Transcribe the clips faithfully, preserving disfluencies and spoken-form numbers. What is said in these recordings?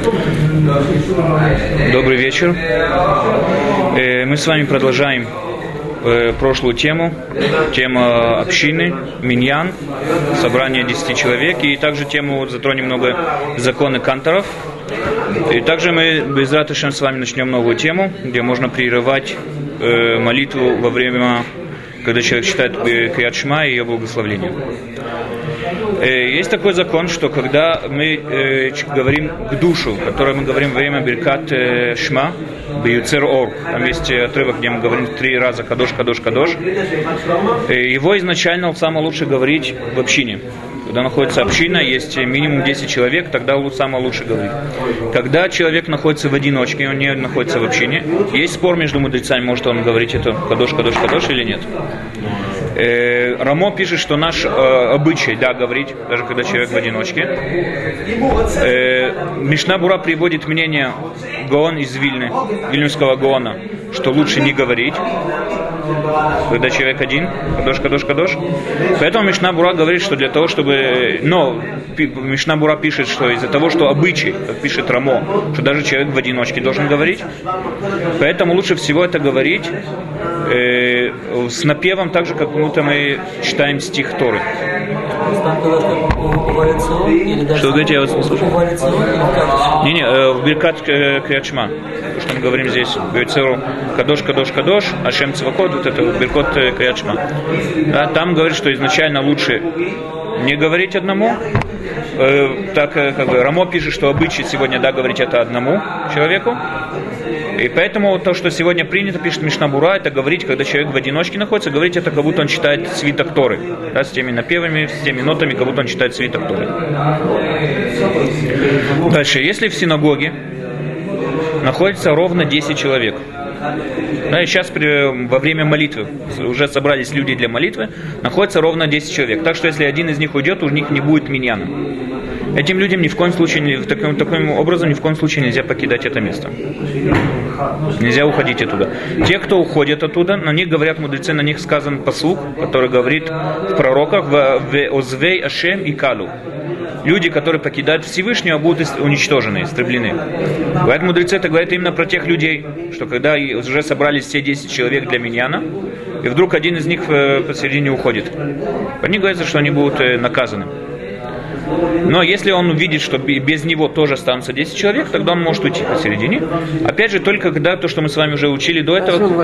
Добрый вечер. Мы с вами продолжаем прошлую тему, тема общины, миньян, собрание десяти человек, и также тему затронем много законы канторов. И также мы без ратышем с вами начнем новую тему, где можно прерывать молитву во время, когда человек читает Крият Шма и ее благословление. Есть такой закон, что когда мы э, говорим к душу, который мы говорим во время Биркат э, Шма, Бьюцер Ор, там есть отрывок, где мы говорим три раза Кадош, Кадош, Кадош, э, его изначально самое лучше говорить в общине. Когда находится община, есть минимум десять человек, тогда самое лучше говорить. Когда человек находится в одиночке, он не находится в общине, есть спор между мудрецами, может он говорить это Кадош, Кадош, Кадош или нет. Э, Рамо пишет, что наш э, обычай, да, говорить, даже когда человек в одиночке. Э, Мишна Бура приводит мнение Гаон из Вильны, вильнюсского Гаона, что лучше не говорить, когда человек один, Кадош, Кадош, Кадош. Поэтому Мишна Бура говорит, что для того, чтобы... Но Мишна Бура пишет, что из-за того, что обычай, как пишет Рамо, что даже человек в одиночке должен говорить, поэтому лучше всего это говорить э, с напевом, так же, как будто мы читаем стих Торы. Что говорите, я вас не слышу? Не-не, э, в Биркат Крият Шма, что мы говорим здесь, Бейцеру Кадош, Кадош, Кадош, Ашем Цвакот, вот это Биркот Крият Шма. Да, там говорит, что изначально лучше не говорить одному. Э, так как бы Рамо пишет, что обычай сегодня, да, говорить это одному человеку. И поэтому то, что сегодня принято, пишет Мишна Бура, это говорить, когда человек в одиночке находится, говорить это, как будто он читает свиток Торы. Да, с теми напевами, с теми нотами, как будто он читает свиток Торы. Дальше, если в синагоге находится ровно десять человек, да, и сейчас при, во время молитвы уже собрались люди для молитвы, находится ровно десять человек. Так что если один из них уйдет, у них не будет миньяна. Этим людям ни в коем случае, таким, таким образом, ни в коем случае нельзя покидать это место. Нельзя уходить оттуда. Те, кто уходит оттуда, на них говорят мудрецы, на них сказан пасук, который говорит в пророках в Озвей Ашем и Калу. Люди, которые покидают Всевышнего, будут уничтожены, истреблены. Поэтому мудрецы это говорят именно про тех людей, что когда уже собрались все десять человек для миньяна, и вдруг один из них посередине уходит. По ним говорится, что они будут наказаны. Но если он увидит, что без него тоже останутся десять человек, тогда он может уйти посередине. Опять же, только когда то, что мы с вами уже учили до этого.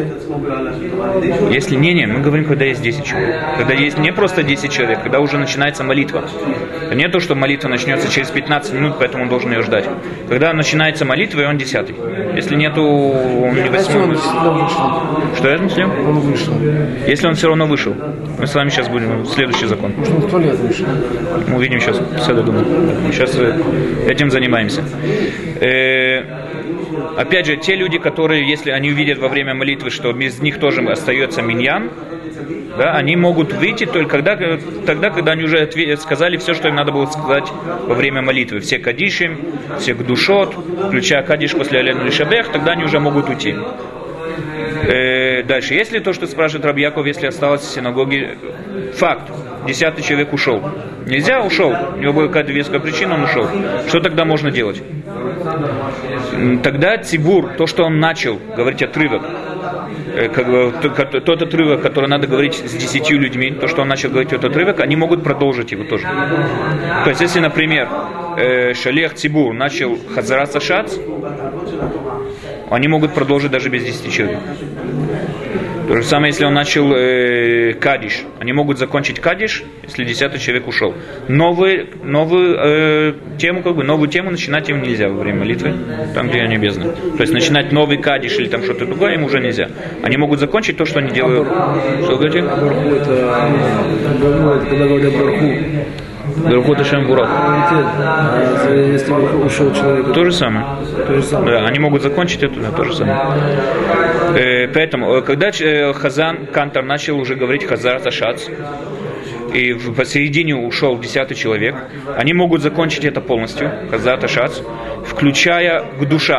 Если не, не, мы говорим, когда есть десять человек. Когда есть не просто десять человек, когда уже начинается молитва. Это не то, что молитва начнется через пятнадцать минут, поэтому он должен ее ждать. Когда начинается молитва, и он десятый. Если нету, он не восьмой. Что я мыслю? Он вышел. Если он все равно вышел. Мы с вами сейчас будем, следующий закон. Может, он в туалет вышел? Мы увидим сейчас, все думаю. Сейчас этим занимаемся. Э, опять же, те люди, которые, если они увидят во время молитвы, что без них тоже остается миньян, да, они могут выйти только когда, тогда, когда они уже ответ, сказали все, что им надо было сказать во время молитвы. Все кадишим, все гдушот, включая кадиш после Алену Лишабех, тогда они уже могут уйти. Э, дальше, если то, что спрашивает Рабби Яков, если осталось в синагоге, факт, десятый человек ушел. Нельзя, ушел, у него была какая-то веская причина, он ушел. Что тогда можно делать? Тогда цибур, то, что он начал говорить отрывок, тот отрывок, который надо говорить с десятью людьми, то, что он начал говорить этот отрывок, они могут продолжить его тоже. То есть, если, например, Шалех Цибур начал Хазара Сашац, они могут продолжить даже без десяти человек. То же самое, если он начал э, кадиш. Они могут закончить кадиш, если десятый человек ушел. Новую, новую э, тему, как бы, новую тему начинать им нельзя во время молитвы, там, где они бездны. То есть начинать новый кадиш или там что-то другое им уже нельзя. Они могут закончить то, что они делают. Что говорите? Барху это, когда говорят барху. Барху Ташем Бурах. Если ушел человек. То же самое. То же самое. Да, они могут закончить это, да, то же самое. Э, поэтому, когда э, Хазан Кантор начал уже говорить Хазар Ташац, и посередине ушел десятый человек, они могут закончить это полностью, Хазар Ташац, включая к душа.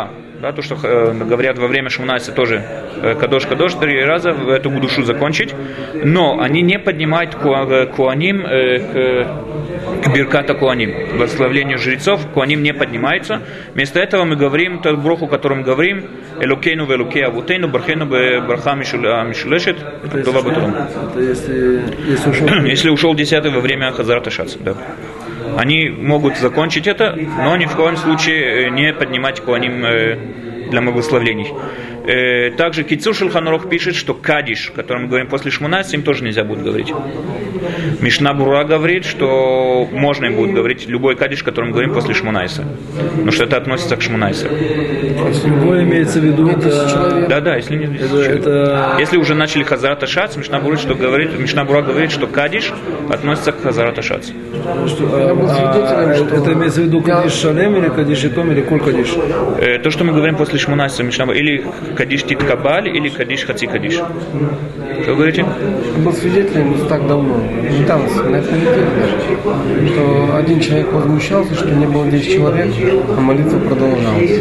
да, то, что э, говорят во время Шмона-Эсрей тоже э, Кадош, Кадош, три раза эту душу закончить, но они не поднимают Куаним э, к, к Бирката Куаним, к благословению жрецов, Куаним не поднимается. Вместо этого мы говорим тот броху, о котором мы говорим, Элокейну велокей авутейну, бархейну браха мишулешет, това бутон. Если, если ушел... Если ушел десятый во время Хазарат ха-Шац, да. Они могут закончить это, но ни в коем случае не поднимать Куаним для благословлений. Также Кицур Шулхан Арух пишет, что Кадиш, о котором мы говорим после Шмона-Эсрей, им тоже нельзя будет говорить. Мишна Бура говорит, что можно им будет говорить любой Кадиш, о котором мы говорим после Шмона-Эсрей. Потому что это относится к Шмона-Эсрей. Любой имеется в виду... Это... Да, да, если не... Это, это... Если уже начали Хазарат ха-Шац, Мишна Бура что говорит, Мишна Бура говорит, что Кадиш относится к Хазарат ха-Шац. Что, а, а, что... Это имеется в виду Кадиш Шалем или Кадиш Итом или Коль Кадиш? Э, то, что мы говорим после Шмона-Эсрей, Мишна Бура, или Кадиш Тит Кабаль, или Кадиш Хаци Кадиш. Что вы говорите? Был свидетелем так давно, недавно, на этой неделе даже, что один человек возмущался, что не было десять человек, а молитва продолжалась.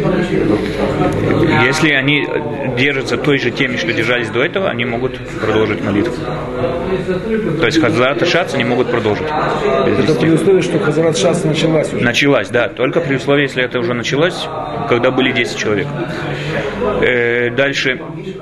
Если они держатся той же теме, что держались до этого, они могут продолжить молитву. То есть Хазарат ха-Шац они могут продолжить. Это при условии, что Хазарат ха-Шац началась уже. Началась, да. Только при условии, если это уже началось, когда были десять человек. Э, дальше.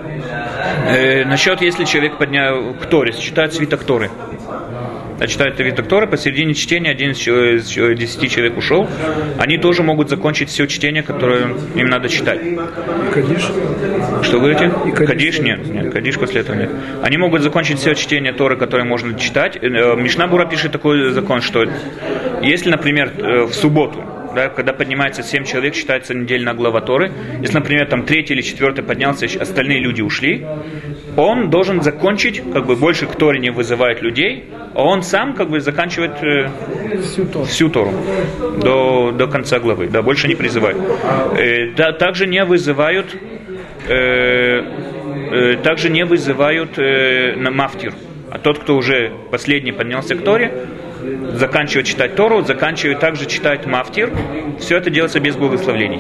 Э, насчет, если человек поднял к Торе, читает свиток Торы. А читают свиток Торы, посередине чтения один из десяти человек ушел, они тоже могут закончить все чтение, которое им надо читать. И Кадиш? Что говорите? И Кадиш? Кадиш? Нет, нет, Кадиш после этого нет. Они могут закончить все чтение Торы, которое можно читать. Мишна Бура пишет такой закон, что если, например, в субботу, да, когда поднимается семь человек, считается недельная глава Торы. Если, например, там третий или четвертый поднялся, остальные люди ушли, он должен закончить, как бы больше к Торе не вызывает людей, а он сам как бы заканчивает э, всю, Тору. всю Тору до, до конца главы, да, больше не призывает. Э, да, также не вызывают, э, э, также не вызывают э, на мафтир. А тот, кто уже последний поднялся к Торе, заканчивает читать Тору, заканчивает также читать мафтир, все это делается без благословений.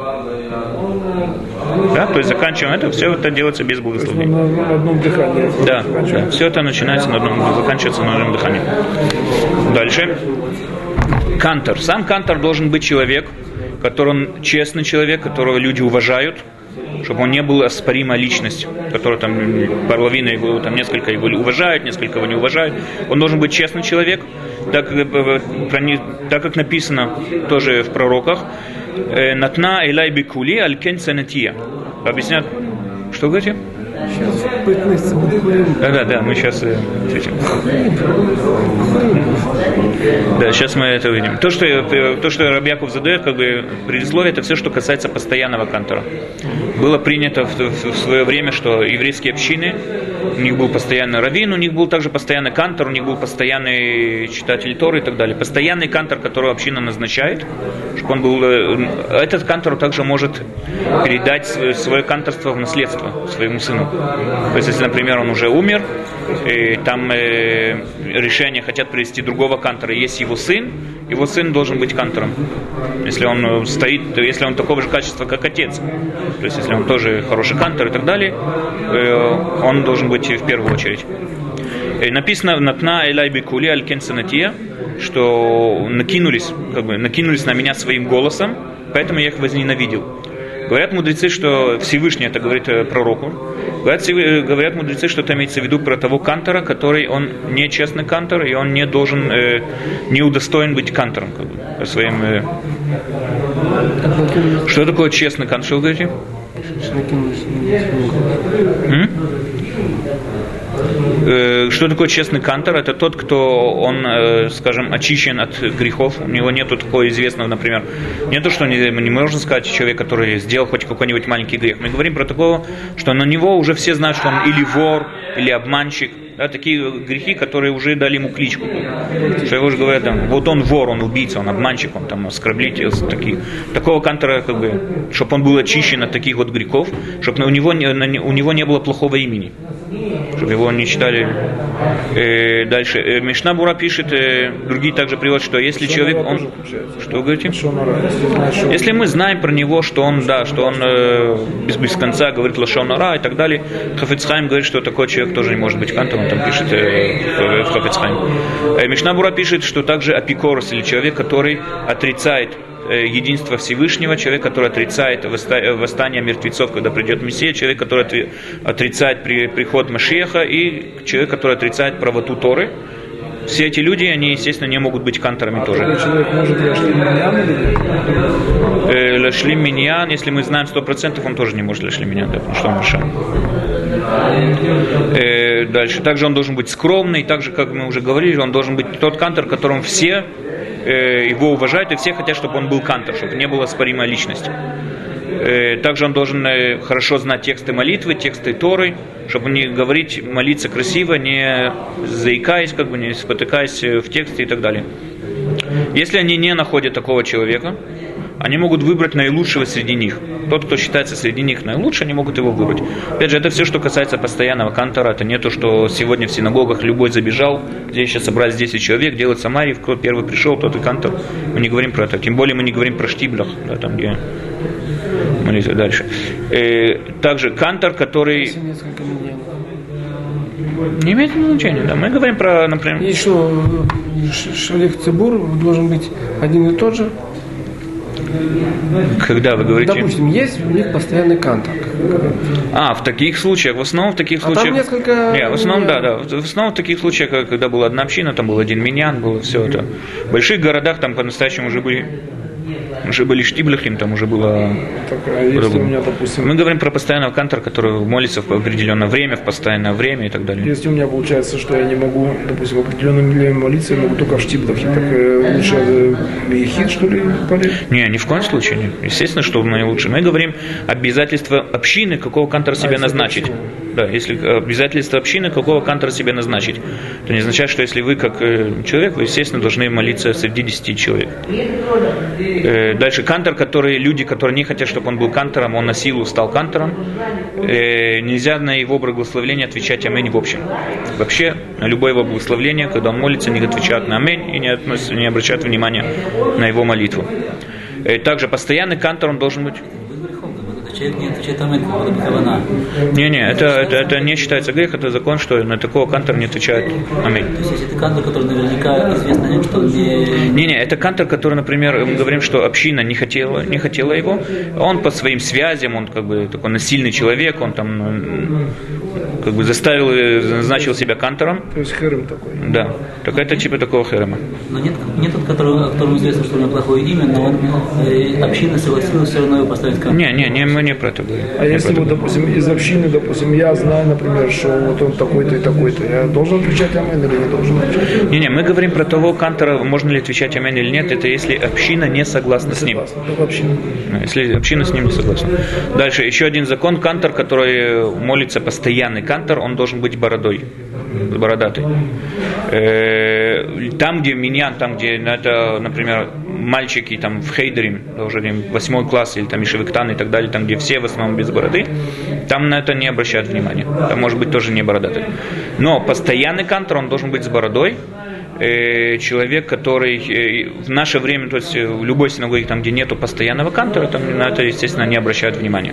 Да, то есть заканчиваем это, все это делается без благословений. На, на одном дыхании. Да, да, все это начинается на одном, заканчивается на одном дыхании. Дальше. Кантор. Сам кантор должен быть человек, который он честный человек, которого люди уважают, чтобы он не был оспоримая личность, которая там половина его, там несколько его уважают, несколько его не уважают. Он должен быть честный человек, так, так как написано тоже в пророках. Натна элай бикули алькен ценетия. Объяснят, что говорите? Да, да, да, мы сейчас э, ответим. Да, сейчас мы это увидим. То, что, то, что Рабби Яков задает, как бы предисловие, это все, что касается постоянного кантора. Было принято в, в, в свое время, что еврейские общины, у них был постоянный раввин, у них был также постоянный кантор, у них был постоянный читатель Торы и так далее. Постоянный кантор, которого община назначает, чтобы он был. Этот кантор также может передать свое канторство в наследство своему сыну. То есть, если, например, он уже умер, и там э, решение хотят привести другого кантора, есть его сын, его сын должен быть кантором. Если он стоит, если он такого же качества, как отец, то есть, если он тоже хороший кантор и так далее, э, он должен быть в первую очередь. И написано «Натна элай бикули алькен ценетия», что накинулись, как бы, накинулись на меня своим голосом, поэтому я их возненавидел. Говорят мудрецы, что Всевышний это говорит пророку. Говорят, говорят мудрецы, что это имеется в виду про того кантора, который он не честный кантор, и он не должен, э, не удостоен быть кантором, как бы, своим. Э... Что такое честный кантор? Что вы говорите? Что такое честный кантор? Это тот, кто, он, скажем, очищен от грехов. У него нету такого известного, например, нету, что не, не можно сказать человек, который сделал хоть какой-нибудь маленький грех. Мы говорим про такого, что на него уже все знают, что он или вор, или обманщик. Да, такие грехи, которые уже дали ему кличку. Что его уже говорят, там, вот он вор, он убийца, он обманщик, он там оскорблитель. Такие. Такого кантора, как бы, чтобы он был очищен от таких вот грехов, чтобы у него, у него не было плохого имени. чтобы его не читали. Э, дальше. Э, Мишна Бура пишет, э, другие также приводят, что если человек, он, что вы говорите? Если мы знаем про него, что он, да, что он э, без, без конца говорит лашон ара и так далее, Хафец Хаим говорит, что такой человек тоже не может быть кантором, он там пишет э, Хафец Хаим. Э, Мишна Бура пишет, что также апикорос, или человек, который отрицает единство Всевышнего, человек, который отрицает восстание мертвецов, когда придет Мессия, человек, который отрицает приход Машиаха, и человек, который отрицает правоту Торы. Все эти люди, они, естественно, не могут быть канторами а тоже. Такой человек может ляшлим миньян или нет? Ляшлим миньян, если мы знаем сто процентов, он тоже не может ляшлим миньян, да, потому что он Машиах. Э, дальше. Также он должен быть скромный, так же, как мы уже говорили, он должен быть тот кантор, которым все э, его уважают, и все хотят, чтобы он был кантор, чтобы не было споримой личности. Э, также он должен э, хорошо знать тексты молитвы, тексты Торы, чтобы не говорить, молиться красиво, не заикаясь, как бы не спотыкаясь в тексте и так далее. Если они не находят такого человека, они могут выбрать наилучшего среди них. Тот, кто считается среди них наилучшим, они могут его выбрать. Опять же, это все, что касается постоянного кантора. Это не то, что сегодня в синагогах любой забежал, здесь сейчас собрались десять человек, делать Самарий, кто первый пришел, тот и кантор. Мы не говорим про это. Тем более мы не говорим про штиблях, да, там где молитва дальше. Э, также кантор, который... Не имеет значения, да. Мы говорим про, например... Еще шалих цибур должен быть один и тот же. Когда вы говорите... Допустим, есть у них постоянный кантор. А, в таких случаях, в основном в таких а случаях... Там несколько... Не, в основном, да, да. В основном в таких случаях, когда была одна община, там был один миньян, было все это. В больших городах там по-настоящему уже были... Уже были штиблихим, там уже было... Так, а если у меня, допустим... Мы говорим про постоянного кантора, который молится в определенное время, в постоянное время и так далее. Если у меня получается, что я не могу, допустим, в определенном время молиться, я могу только в штиблахе, так э, лучше э, ехид, что ли, полить? Не, ни в коем случае нет. Естественно, что наилучше. Мы говорим обязательство общины, какого кантора себе а, назначить. Да, если обязательство общины, какого кантора себе назначить. Это не означает, что если вы как э, человек, вы, естественно, должны молиться среди десяти человек. Э, дальше кантор, который, люди, которые не хотят, чтобы он был кантором, он на силу стал кантором. Э, нельзя на его благословление отвечать аминь в общем. Вообще, на любое его благословение, когда он молится, не отвечают на аминь и не, относят, не обращают внимания на его молитву. Э, также постоянный кантор, он должен быть... Человек не отвечает аминь, как будто бы она. Не-не, это, это, это не считается грех, это закон, что на такого кантора не отвечает аминь. То есть, если это кантор, который наверняка известно о нем, что он не... Не-не, это кантор, который, например, мы говорим, что община не хотела, не хотела его, он по своим связям, он как бы такой насильный человек, он там как бы заставил, назначил себя кантором. То есть херем такой. Да, так это типа такого херема. Но нет, нет тот, который, о котором известно, что у него плохое имя, но он, э, община согласилась все равно его поставить кантором. Не, не, не, мы не про это говорим. А если вот, допустим, из общины, допустим, я знаю, например, что вот он такой-то и такой-то, я должен отвечать аминь или не должен отвечать? Не-не, мы говорим про того кантора, можно ли отвечать аминь или нет, это если община не согласна не с ним. Согласна, только община. Если община с ним не согласна. Дальше, еще один закон, кантор, который молится постоянный кантор, он должен быть бородой, бородатый. Там, где миньян, там, где, это, например, мальчики там в хейдерим, уже восьмой класс, или там ишевиктан и так далее, там, где все в основном без бороды, там на это не обращают внимания. Там может быть тоже не бородатый. Но постоянный кантор, он должен быть с бородой. Человек, который в наше время, то есть в любой синагоге, там, где нету постоянного кантора, там на это, естественно, не обращают внимания.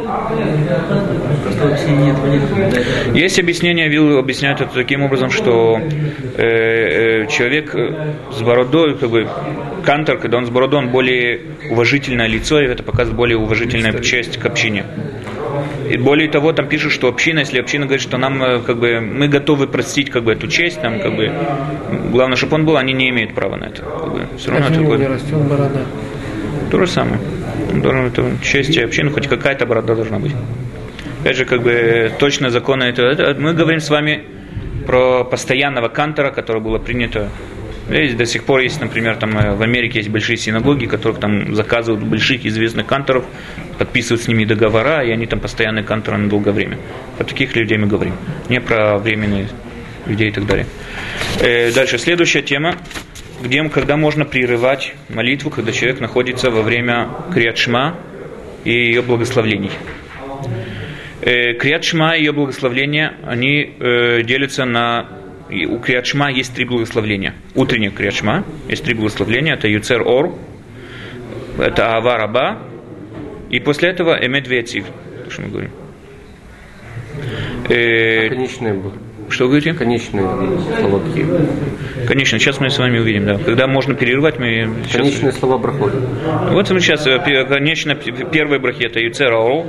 Есть объяснение, Вилл объясняет это таким образом, что э, э, человек с бородой, как бы кантор, когда он с бородой, он более уважительное лицо, и это показывает более уважительную честь к общине. И более того, там пишут, что община, если община говорит, что нам, как бы, мы готовы простить, как бы, эту честь, нам, как бы, главное, чтобы он был, они не имеют права на это. Как бы, все равно это такое... не растет борода. То же самое. Должен, это, честь общины, хоть какая-то борода должна быть. Опять же, как бы, точно законы, это, это, мы говорим с вами про постоянного кантора, которое было принято. Здесь до сих пор есть, например, там в Америке есть большие синагоги, которых там заказывают больших известных канторов, подписывают с ними договора, и они там постоянные канторы на долгое время. Про таких людей мы говорим, не про временных людей и так далее. Э, дальше, следующая тема, где, когда можно прерывать молитву, когда человек находится во время криат шма и ее благословлений. Э, Крият Шма и ее благословления, они э, делятся на... У Крият Шма есть три благословления. Утреннее Крият Шма есть три благословления. Это Юцер Ор, это Ава Раба, и после этого Эмет Веатив, то, что мы говорим. Э, Конечные были. Что вы говорите? Конечные слова какие? Конечно, сейчас мы с вами увидим, да. Когда можно перерывать, мы сейчас... Конечные слова брахот. Вот мы сейчас, конечно, первый брахи это Юцер Ор,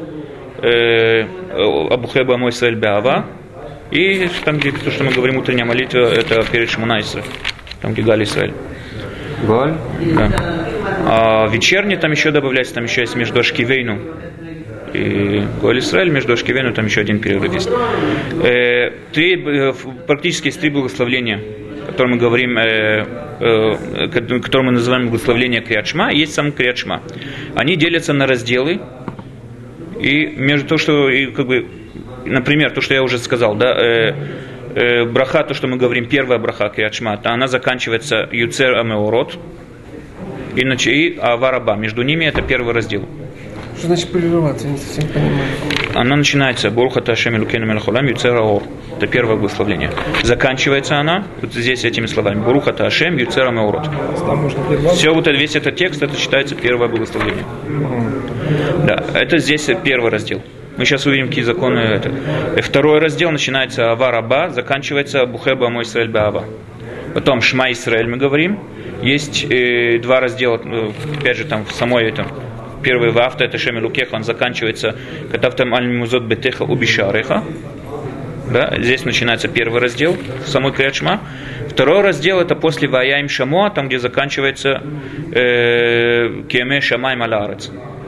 Абухеба Мой Исраэль Беава. И там, где то, что мы говорим, утренняя молитва, это перед Шмона Исраэль, там, где Галь Исраэль. Галь? Да. А вечерний там еще добавляется, там еще есть между Ашкивейну и Галь Исраэль, между Ашкивейну там еще один перерыв есть. Э, три, практически есть три благословления, которые мы говорим, э, э, которые мы называем благословление Крият Шма, и есть сам Крият Шма. Они делятся на разделы, и между то, что и, как бы, например, то, что я уже сказал, да, э, э, браха, то, что мы говорим, первая браха Крият Шма, она заканчивается Юцер Амеорот и, и Ава Раба. Между ними это первый раздел. Что значит прерываться? Я не совсем понимаю. Она начинается Борух ата Ашем Элокейну мелech хаолам Юцер Аор. Это первое благословение. Заканчивается она вот здесь этими словами. Борух ата Ашем Юцер Амеорот. Все вот это, весь этот текст, это считается первое благословение. Да, это здесь первый раздел. Мы сейчас увидим, какие законы это. Второй раздел начинается Ава Раба, заканчивается Бухеба Мой Исраэль Беава. Потом Шма Исраэль мы говорим. Есть э, два раздела, опять же, там в самой этом. Первый Вафта, это Шем Элокеха, он заканчивается Катавтам аль мимузот бетеха убишареха. Да, здесь начинается первый раздел в самой Крият Шма. Второй раздел это после Ваяим Шамоа, там где заканчивается Кеме Шамаим аль-Арец.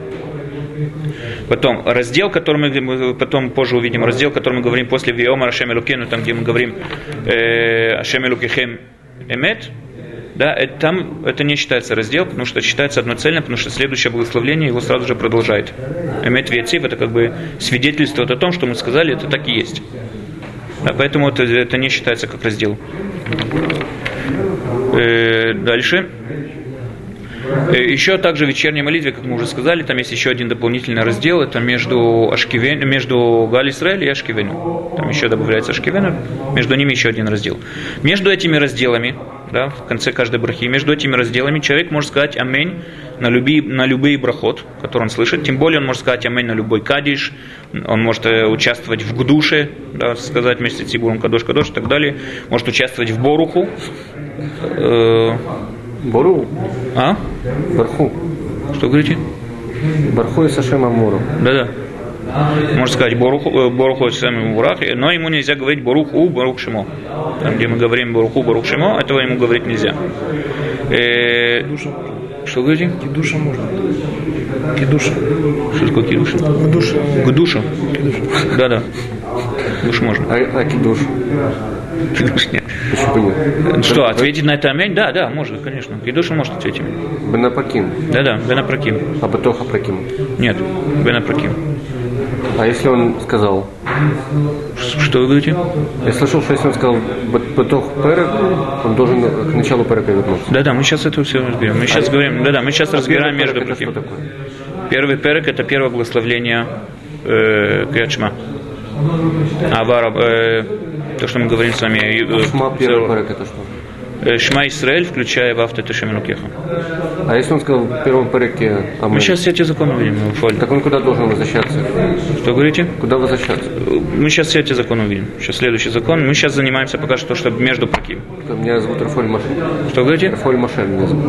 Потом раздел, который мы потом позже увидим, раздел, который мы говорим после Виома Ашем Элокейну, там где мы говорим Ашем Элокехем Эмет, да, это, там это не считается раздел, потому что считается одноцельно, потому что следующее благословление его сразу же продолжает. Эмет Виацив это как бы свидетельствует о том, что мы сказали, это так и есть. Да, поэтому это, это не считается как раздел. Э, дальше. Еще также в вечерней молитве, как мы уже сказали, там есть еще один дополнительный раздел, это между, Ашкивен, между Галь Исраэль и Ашкивену. Там еще добавляется Ашкивену, между ними еще один раздел. Между этими разделами, да, в конце каждой брахи, между этими разделами человек может сказать аминь на, люби, на любые брахот, которые он слышит, тем более он может сказать аминь на любой кадиш, он может участвовать в гдуше, да, сказать вместе с Цибуром кадош, кадош и так далее, может участвовать в боруху. Бору? А? Барху. Что говорите? Барху и Сашем Амуру. Да-да. Можно сказать Боруху, Боруху и Сашем Амурах, но ему нельзя говорить Боруху, Борух Шимо. Там, где мы говорим Боруху, Борух Шимо, этого ему говорить нельзя. Э, что говорите? Кидуша можно. Кидуша. Что такое кидуша? Кидуша. Кидуша. Да-да. Душ можно. А, а кидуш? Кидуш нет. Почему нет? Что, ответить на это аминь? Да, да, можно, конечно. Кидуш он может ответить. Бенапаким. Да-да, Бенапраким. А Бетоха Праким? Нет, Бенапраким. А если он сказал? Что вы говорите? Я слышал, что если он сказал Бетох Перек, он должен к началу Перека вернуться. Да-да, мы сейчас это все разберем. Мы сейчас а говорим, да-да, мы сейчас а разбираем между Праким. Первый Перек это первое благословление э, Крият Шма. Ава, э, то, что мы говорим с вами. Э, Шма первый Перек это что? Шма Исраэль, включая Вафта Тешем Элокеха. А если он сказал в первом Переке аминь? Мы сейчас все эти законы увидим. Так он куда должен возвращаться? Что говорите? Куда возвращаться? Мы сейчас все эти законы увидим. Сейчас следующий закон. Мы сейчас занимаемся пока что, что между Праким. Меня зовут Рафаэль Машель. Что говорите? Рафаэль Машель меня зовут.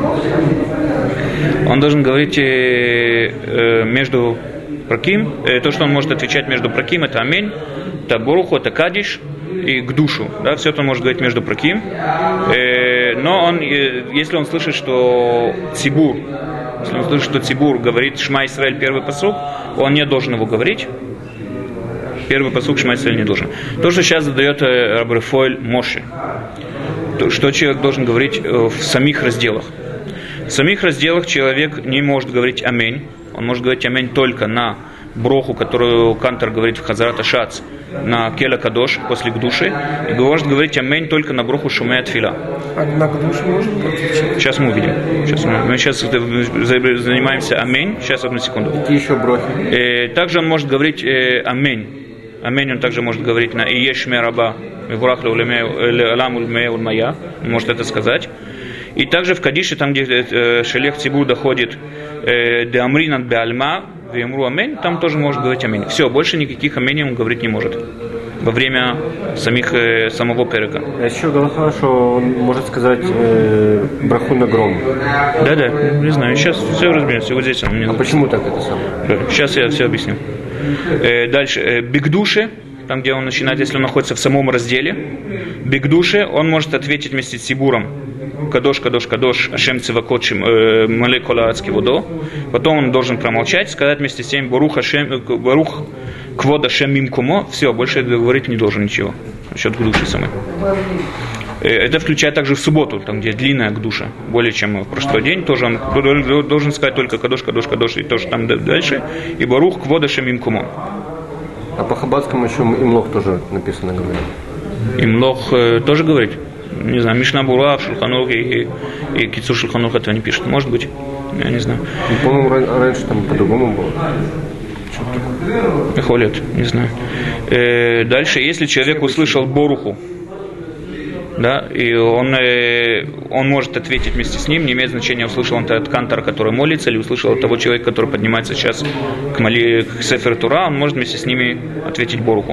Он должен говорить э, э, между Праким. Э, то, что он может отвечать между Праким, это аминь, это Боруху, это Кадиш и к душу, да, все это он может говорить между Праким, э, но он, э, если он слышит, что Цибур, если он слышит, что Цибур говорит Шма Исраэль первый пасук, он не должен его говорить, первый пасук Шма Исраэль не должен. То, что сейчас задает э, Рабби Рафаэль Моше, то, что человек должен говорить э, в самих разделах. В самих разделах человек не может говорить аминь, он может говорить аминь только на броху, которую Кантор говорит в Хазарат Ашац, на Келя Кадош после Гдуши, и может говорить аминь только на броху Шумея Тфила. А на Гдушу можно отвечать? Сейчас мы увидим. Сейчас мы, мы сейчас занимаемся аминь. Сейчас, одну секунду. Какие еще брохи? Э, также он может говорить э, аминь Аминь он также может говорить на «Иеш мераба, мивурах ле'алам уль мая», он может это сказать. И также в Кадише, там, где э, Шелех Цибур доходит «Де амринан бе альма, вемру аминь», там тоже может говорить «Аминь». Все, больше никаких «Аминь» он говорить не может во время самих, э, самого перека. А еще галаха, что он может сказать э, браху на гром. Да-да, не знаю, сейчас все разберемся, вот здесь он мне... А почему так это самое? Да, сейчас я все объясню. Э, дальше, э, бигдуши, там, где он начинает, если он находится в самом разделе, бигдуши, он может ответить вместе с Сибуром. Кадош, кадош, кадош, ашем цивакот мале кола адски водо. Потом он должен промолчать, сказать вместе с тем Барух ашем, Барух квод ашем мимкумо. Все, больше говорить не должен ничего. Насчет гдуши самой. Это включает также в субботу, там где длинная гдуша, более чем в простой день. Тоже он должен сказать только кадош, кадош, кадош, и тоже там дальше. И Барух квод ашем мимкумо. А по хаббатскому еще имлох тоже написано, говорит. Имлох э, тоже говорит? Не знаю, Мишна Бура в Шулхан-Арух и, и, и Кицур Шулхан-Арух этого не пишет. Может быть, я не знаю. Ну, по-моему, раньше там по-другому было. Холет, не знаю. Э, дальше, если человек услышал Боруху, да, и он, э, он может ответить вместе с ним, не имеет значения, услышал он от кантора, который молится, или услышал от того человека, который поднимается сейчас к, моли, к Сефер Тура, он может вместе с ними ответить Боруху.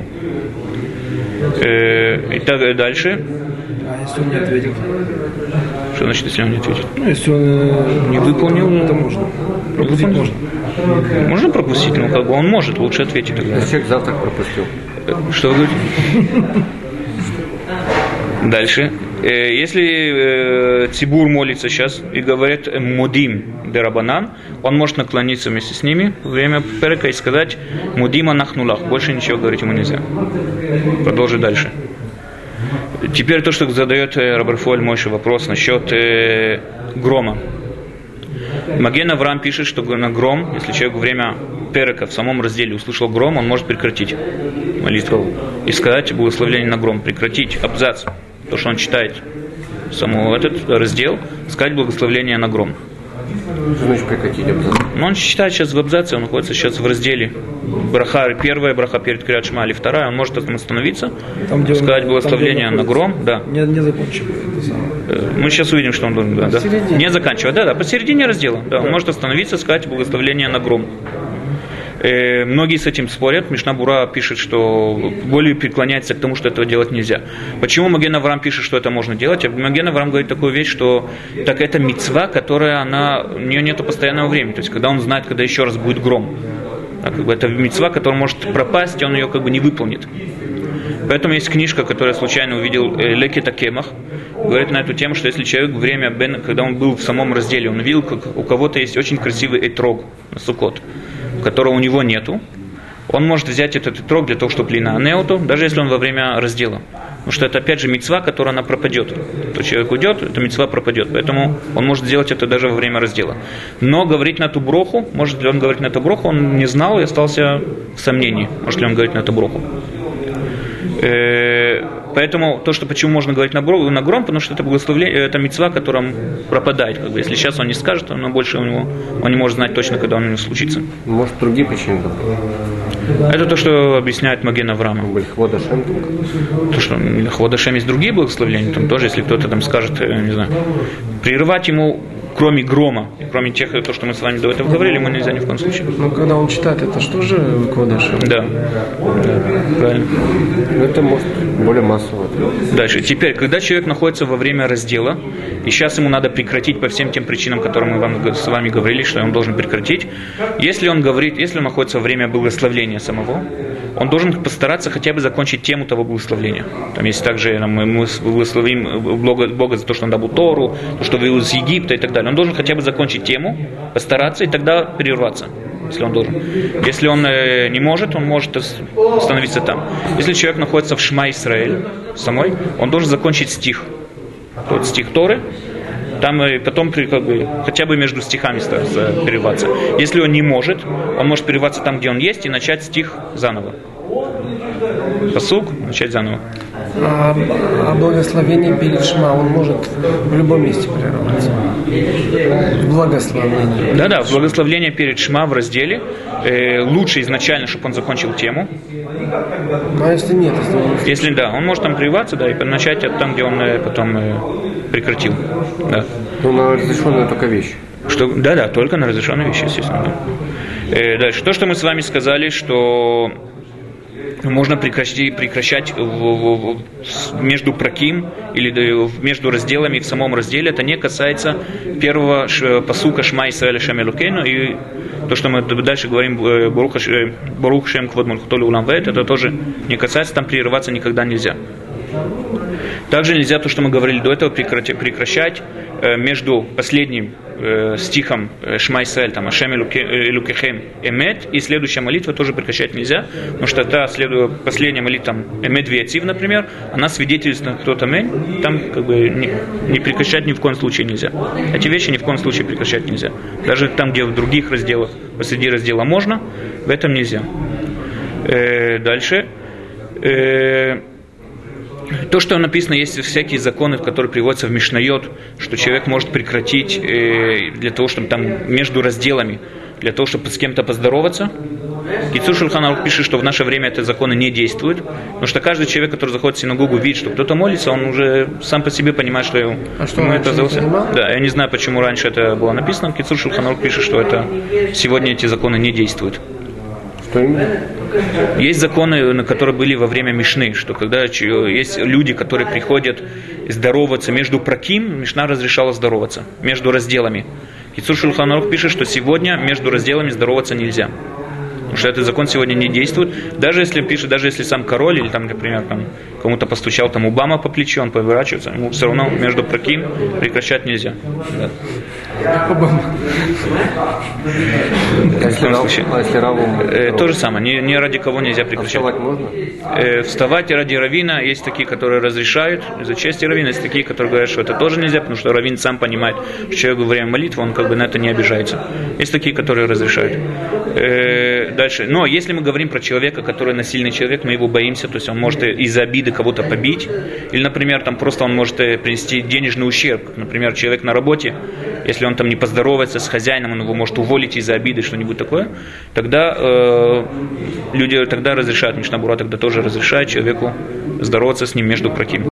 Э, и так дальше. А если он не ответил? Что значит, если он не ответит? Ну, если он э, не выполнил, это можно. Пропустить можно. Можно пропустить, но как бы он может, лучше ответить тогда. Если человек завтрак пропустил. Что вы говорите? Дальше. Если Цибур молится сейчас и говорит «Мудим де Рабанан», он может наклониться вместе с ними во время перека и сказать «Мудим анахнулах». Больше ничего говорить ему нельзя. Продолжи дальше. Теперь то, что задает Рабарфуэль Мойше вопрос насчет э, грома. Маген Авраам пишет, что на гром, если человек во время перека в самом разделе услышал гром, он может прекратить молитву и сказать благословение на гром, прекратить абзац, то, что он читает саму этот раздел, сказать благословение на гром. Что значит прекратить абзац? Но он читает сейчас в абзаце, он находится сейчас в разделе браха, первая браха перед Криат Шма или вторая, он может остановиться, там, сказать он, благословение там, на гром, да. Не, не закончим. Мы сейчас увидим, что он должен, да, да. Не заканчивать, да, да, посередине раздела, да, он может остановиться, сказать благословение на гром. Э, многие с этим спорят. Мишна Бура пишет, что более преклоняется к тому, что этого делать нельзя. Почему Маген Авраам пишет, что это можно делать? А Маген Авраам говорит такую вещь, что так это мицва, которая она, у нее нет постоянного времени. То есть, когда он знает, когда еще раз будет гром. А, как бы, это мицва, которая может пропасть, и он ее как бы не выполнит. Поэтому есть книжка, которую я случайно увидел, Леки Такемах, говорит на эту тему, что если человек во время, когда он был в самом разделе, он видел, как у кого-то есть очень красивый этрог на Суккот, которого у него нету, он может взять этот этрог для того, чтобы лина неоту, даже если он во время раздела. Потому что это опять же мицва, которая она пропадет. То человек уйдет, эта мицва пропадет. Поэтому он может сделать это даже во время раздела. Но говорить на ту броху, может ли он говорить на ту броху, он не знал и остался в сомнении, может ли он говорить на ту броху. Поэтому то, что почему можно говорить на гром, потому что это благословение, это мицва, которая пропадает. Как бы. Если сейчас он не скажет, но больше у него, он не может знать точно, когда он случится. Может, другие причины? Это то, что объясняет Маген Авраам. Хвод Ашем. То, что Хвод Ашем есть другие благословения, там тоже, если кто-то там скажет, не знаю, прерывать ему, кроме грома, кроме тех, то, что мы с вами до этого говорили, ему нельзя ни в коем случае. Ну, когда он читает, это что же Хвод Ашем? Да. Да, правильно. Это может более массово. Дальше. Теперь, когда человек находится во время раздела, и сейчас ему надо прекратить по всем тем причинам, которые мы вам, с вами говорили, что он должен прекратить, если он говорит, если он находится во время благословления самого, он должен постараться хотя бы закончить тему того благословления. Там есть также, мы благословим Бога, Бога за то, что он дал Тору, то, что вывел из Египта и так далее. Он должен хотя бы закончить тему, постараться и тогда перерваться, если он должен. Если он э, не может, он может остановиться там. Если человек находится в Шма Исраэль самой, он должен закончить стих. Тот стих Торы, там и потом как бы, хотя бы между стихами стараться перерваться. Если он не может, он может перерваться там, где он есть, и начать стих заново. Пасук, начать заново. А, а благословение перед Шма, он может в любом месте прерваться. Благословение. Да-да, благословление перед Шма в разделе. Э, лучше изначально, чтобы он закончил тему. Ну, а если нет, если он... Если да, он может там прерваться, да, и начать от там, где он э, потом э, прекратил. Да. Ну, на разрешенную только вещь. Что, да-да, только на разрешенные вещи, естественно. Да. Э, дальше. То, что мы с вами сказали, что можно прекращать, прекращать в, в, в, между праким или между разделами в самом разделе. Это не касается первого ш, пасука Шма Исраэль Шем Элокейну и то, что мы дальше говорим Барух Шем Квод Мальхуто Леулам Ваэд, это тоже не касается, там прерываться никогда нельзя. Также нельзя то, что мы говорили до этого, прекращать между последним стихом Шма Исраэль, там Ашем Элукехем Эмет, и следующая молитва тоже прекращать нельзя, потому что та последняя молитва, там Эмет Виатив, например, она свидетельствует кто то Аминь, там как бы не, не прекращать ни в коем случае нельзя. Эти вещи ни в коем случае прекращать нельзя. Даже там, где в других разделах, посреди раздела можно, в этом нельзя. Э, дальше. Э, То, что написано, есть всякие законы, которые приводятся в Мишнайот, что человек может прекратить э, для того, чтобы там между разделами, для того, чтобы с кем-то поздороваться. Кицур Шульхан Арух пишет, что в наше время эти законы не действуют, потому что каждый человек, который заходит в синагогу, видит, что кто-то молится, он уже сам по себе понимает, что ему а что, это залось. Да, я не знаю, почему раньше это было написано. Кицур Шульхан Арух пишет, что это сегодня эти законы не действуют. Что именно? Есть законы, которые были во время Мишны, что когда есть люди, которые приходят здороваться между праким, Мишна разрешала здороваться между разделами. Кицур Шульхан Арух пишет, что сегодня между разделами здороваться нельзя. Потому что этот закон сегодня не действует. Даже если пишет, даже если сам король или там, например, там, кому-то постучал там Обама по плечу, он поворачивается, ему все равно между праким прекращать нельзя. Да. А если, рав, а если раву, э, то же самое, не, не ради кого нельзя прекращать. А вставать можно? Э, вставать ради раввина, есть такие, которые разрешают, за честь раввина, есть такие, которые говорят, что это тоже нельзя, потому что раввин сам понимает, что человек во время молитвы, он как бы на это не обижается. Есть такие, которые разрешают. Э, дальше. Но если мы говорим про человека, который насильный человек, мы его боимся, то есть он может из-за обиды кого-то побить, или, например, там просто он может принести денежный ущерб. Например, человек на работе, если он там не поздоровается с хозяином, он его может уволить из-за обиды, что-нибудь такое, тогда э, люди тогда разрешают, Мишна Бура тогда тоже разрешает человеку здороваться с ним между праким.